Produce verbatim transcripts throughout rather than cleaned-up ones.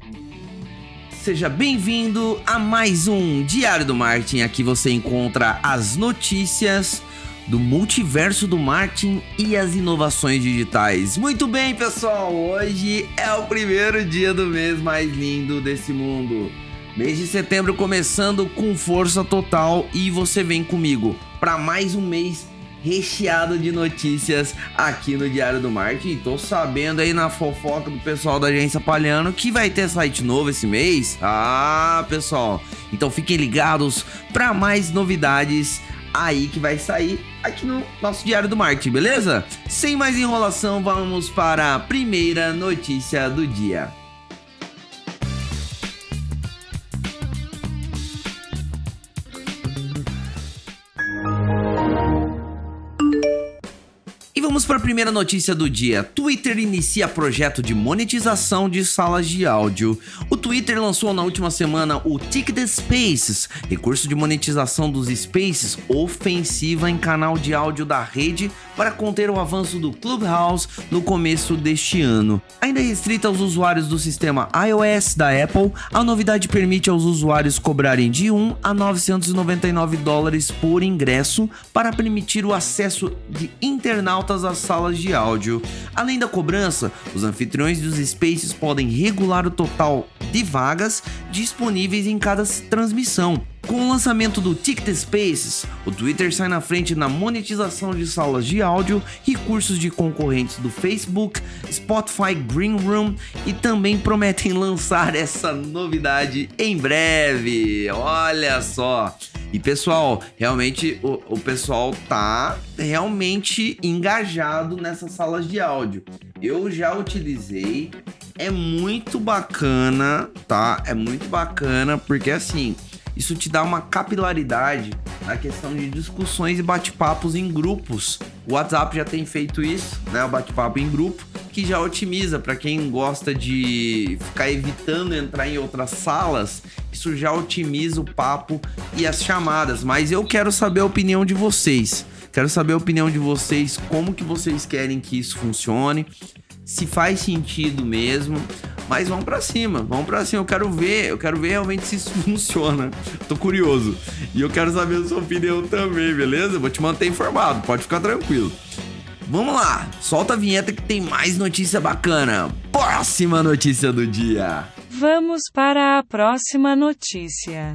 Seja bem-vindo a mais um Diário do Marketing. Aqui você encontra as notícias do multiverso do marketing e as inovações digitais. Muito bem, pessoal, hoje é o primeiro dia do mês mais lindo desse mundo. Mês de setembro começando com força total e você vem comigo para mais um mês recheado de notícias aqui no Diário do Marketing. Tô sabendo aí na fofoca do pessoal da Agência Palhano que vai ter site novo esse mês. Ah, pessoal, então fiquem ligados para mais novidades aí que vai sair aqui no nosso Diário do Marketing, beleza? Sem mais enrolação, vamos para a primeira notícia do dia. Vamos para a primeira notícia do dia. Twitter inicia projeto de monetização de salas de áudio. O Twitter lançou na última semana o Ticket Spaces, recurso de monetização dos Spaces ofensiva em canal de áudio da rede para conter o avanço do Clubhouse no começo deste ano. Ainda restrita aos usuários do sistema iOS da Apple, a novidade permite aos usuários cobrarem de um a novecentos e noventa e nove dólares por ingresso para permitir o acesso de internautas às salas de áudio. Além da cobrança, os anfitriões dos Spaces podem regular o total de vagas disponíveis em cada transmissão. Com o lançamento do Ticket Spaces, o Twitter sai na frente na monetização de salas de áudio, recursos de concorrentes do Facebook, Spotify Green Room e também prometem lançar essa novidade em breve. Olha só! E pessoal, realmente o, o pessoal tá realmente engajado nessas salas de áudio. Eu já utilizei, é muito bacana, tá? É muito bacana porque assim, isso te dá uma capilaridade na questão de discussões e bate-papos em grupos. O WhatsApp já tem feito isso, né? O bate-papo em grupo, que já otimiza para quem gosta de ficar evitando entrar em outras salas. Isso já otimiza o papo e as chamadas. Mas eu quero saber a opinião de vocês. Quero saber a opinião de vocês, como que vocês querem que isso funcione, se faz sentido mesmo. Mas vamos pra cima, vamos pra cima. Eu quero ver, eu quero ver realmente se isso funciona. Tô curioso. E eu quero saber a sua opinião também, beleza? Vou te manter informado, pode ficar tranquilo. Vamos lá, solta a vinheta que tem mais notícia bacana. Próxima notícia do dia. Vamos para a próxima notícia.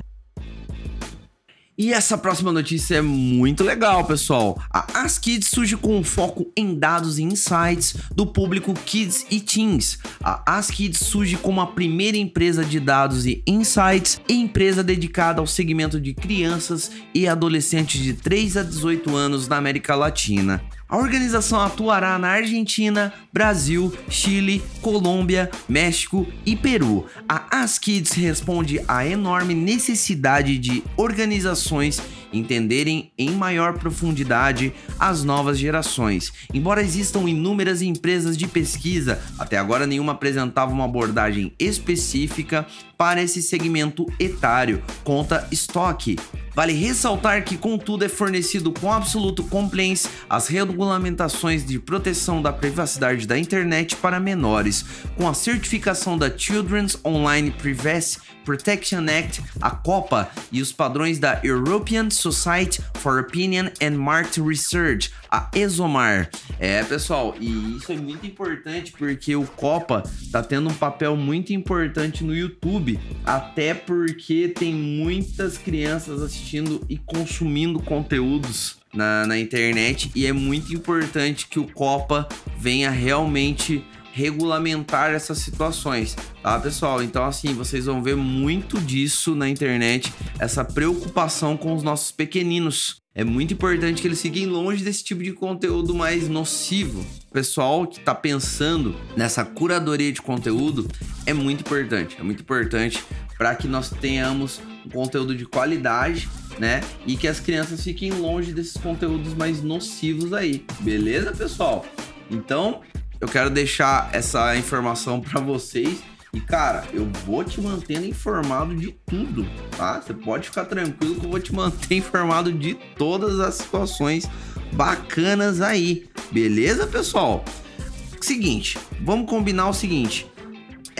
E essa próxima notícia é muito legal, pessoal. A AskKids surge com um foco em dados e insights do público Kids e Teens. A AskKids surge como a primeira empresa de dados e insights e empresa dedicada ao segmento de crianças e adolescentes de três a dezoito anos na América Latina. A organização atuará na Argentina, Brasil, Chile, Colômbia, México e Peru. A AskKids responde à enorme necessidade de organizações entenderem em maior profundidade as novas gerações. Embora existam inúmeras empresas de pesquisa, até agora nenhuma apresentava uma abordagem específica para esse segmento etário, conta Stock. Vale ressaltar que, contudo, é fornecido com absoluto compliance as regulamentações de proteção da privacidade da internet para menores, com a certificação da Children's Online Privacy Protection Act, a COPPA, e os padrões da European Society for Opinion and Market Research, a ESOMAR. É, pessoal, e isso é muito importante porque o COPPA tá tendo um papel muito importante no YouTube, até porque tem muitas crianças assistindo e consumindo conteúdos na, na internet, e é muito importante que o COPPA venha realmente regulamentar essas situações, tá, pessoal? Então, assim, vocês vão ver muito disso na internet, essa preocupação com os nossos pequeninos. É muito importante que eles fiquem longe desse tipo de conteúdo mais nocivo. O pessoal que tá pensando nessa curadoria de conteúdo é muito importante, é muito importante para que nós tenhamos um conteúdo de qualidade, né? E que as crianças fiquem longe desses conteúdos mais nocivos aí, beleza, pessoal? Então, eu quero deixar essa informação para vocês e, cara, eu vou te mantendo informado de tudo, tá? Você pode ficar tranquilo que eu vou te manter informado de todas as situações bacanas aí, beleza, pessoal? Seguinte, vamos combinar o seguinte,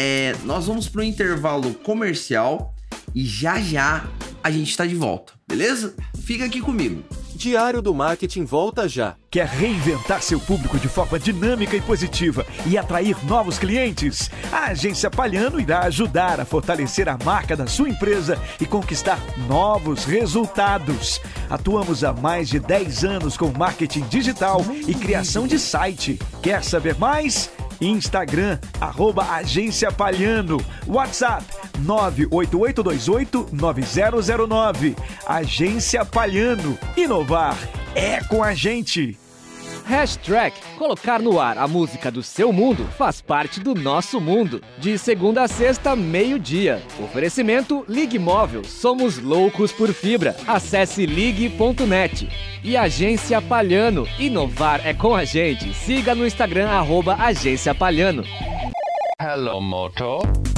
é, nós vamos para o intervalo comercial e já já a gente está de volta, beleza? Fica aqui comigo. Diário do Marketing volta já. Quer reinventar seu público de forma dinâmica e positiva e atrair novos clientes? A Agência Palhano irá ajudar a fortalecer a marca da sua empresa e conquistar novos resultados. Atuamos há mais de dez anos com marketing digital e criação de site. Quer saber mais? Instagram, arroba Agência Palhano. WhatsApp, nove oito oito dois oito nove zero zero nove. Agência Palhano. Inovar é com a gente. Hashtag, colocar no ar a música do seu mundo faz parte do nosso mundo. De segunda a sexta, meio-dia. Oferecimento Ligue Móvel. Somos loucos por fibra. Acesse ligue ponto net. E Agência Palhano. Inovar é com a gente. Siga no Instagram, arroba Agência Palhano. Hello, Moto.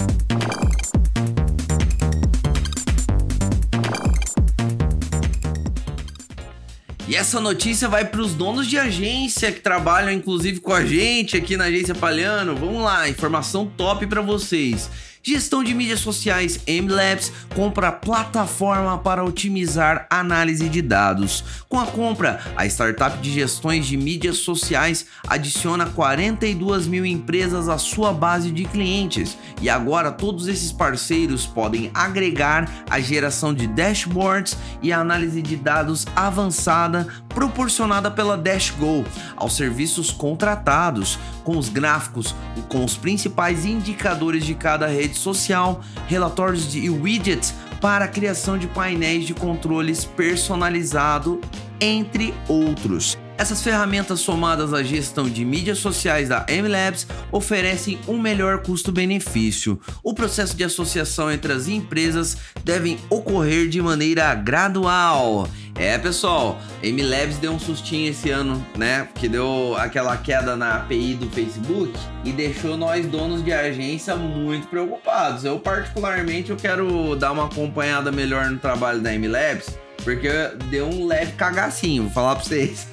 E essa notícia vai para os donos de agência que trabalham inclusive com a gente aqui na Agência Palhano. Vamos lá, informação top para vocês. Gestão de mídias sociais, M-Labs compra plataforma para otimizar análise de dados. Com a compra, a startup de gestões de mídias sociais adiciona quarenta e duas mil empresas à sua base de clientes. E agora todos esses parceiros podem agregar a geração de dashboards e a análise de dados avançada proporcionada pela DashGo aos serviços contratados, com os gráficos e com os principais indicadores de cada rede social, relatórios de widgets para a criação de painéis de controles personalizado, entre outros. Essas ferramentas somadas à gestão de mídias sociais da M-Labs oferecem um melhor custo-benefício. O processo de associação entre as empresas deve ocorrer de maneira gradual. É, pessoal, M-Labs deu um sustinho esse ano, né? Que deu aquela queda na A P I do Facebook e deixou nós donos de agência muito preocupados. Eu particularmente eu quero dar uma acompanhada melhor no trabalho da M-Labs, porque deu um leve cagacinho, vou falar pra vocês.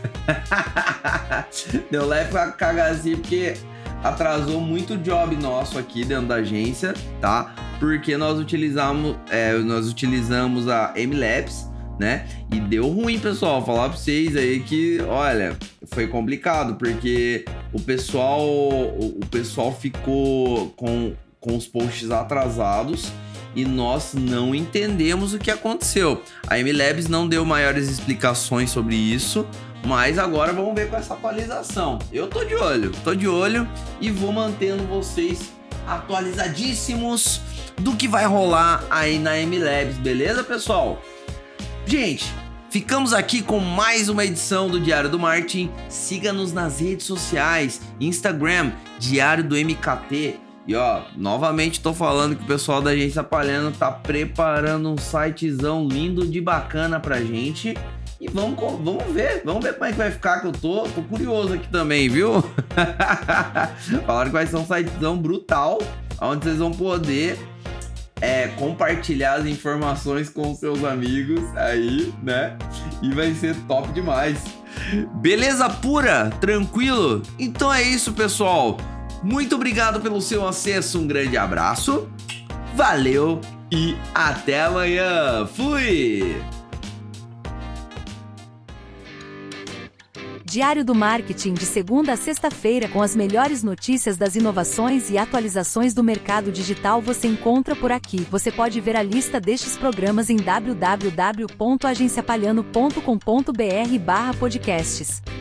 Deu leve cagacinho porque atrasou muito o job nosso aqui dentro da agência, tá? Porque nós utilizamos, é, nós utilizamos a M-Labs, né? E deu ruim, pessoal. Vou falar pra vocês aí que, olha, foi complicado, porque o pessoal, o, o pessoal ficou com, com os posts atrasados e nós não entendemos o que aconteceu. A M-Labs não deu maiores explicações sobre isso, mas agora vamos ver com essa atualização. Eu tô de olho, tô de olho e vou mantendo vocês atualizadíssimos do que vai rolar aí na M-Labs, beleza, pessoal? Gente, ficamos aqui com mais uma edição do Diário do Marketing. Siga-nos nas redes sociais, Instagram, Diário do M K T. E ó, novamente tô falando que o pessoal da Agência Palhano tá preparando um sitezão lindo de bacana pra gente. E vamos, vamos ver, vamos ver como é que vai ficar, que eu tô, tô curioso aqui também, viu? Falaram que vai ser um sitezão brutal, onde vocês vão poder é, compartilhar as informações com seus amigos aí, né? E vai ser top demais. Beleza pura? Tranquilo? Então é isso, pessoal. Muito obrigado pelo seu acesso, um grande abraço, valeu e até amanhã. Fui! Diário do Marketing de segunda a sexta-feira com as melhores notícias das inovações e atualizações do mercado digital você encontra por aqui. Você pode ver a lista destes programas em w w w ponto agencia palhano ponto com ponto b r barra podcasts.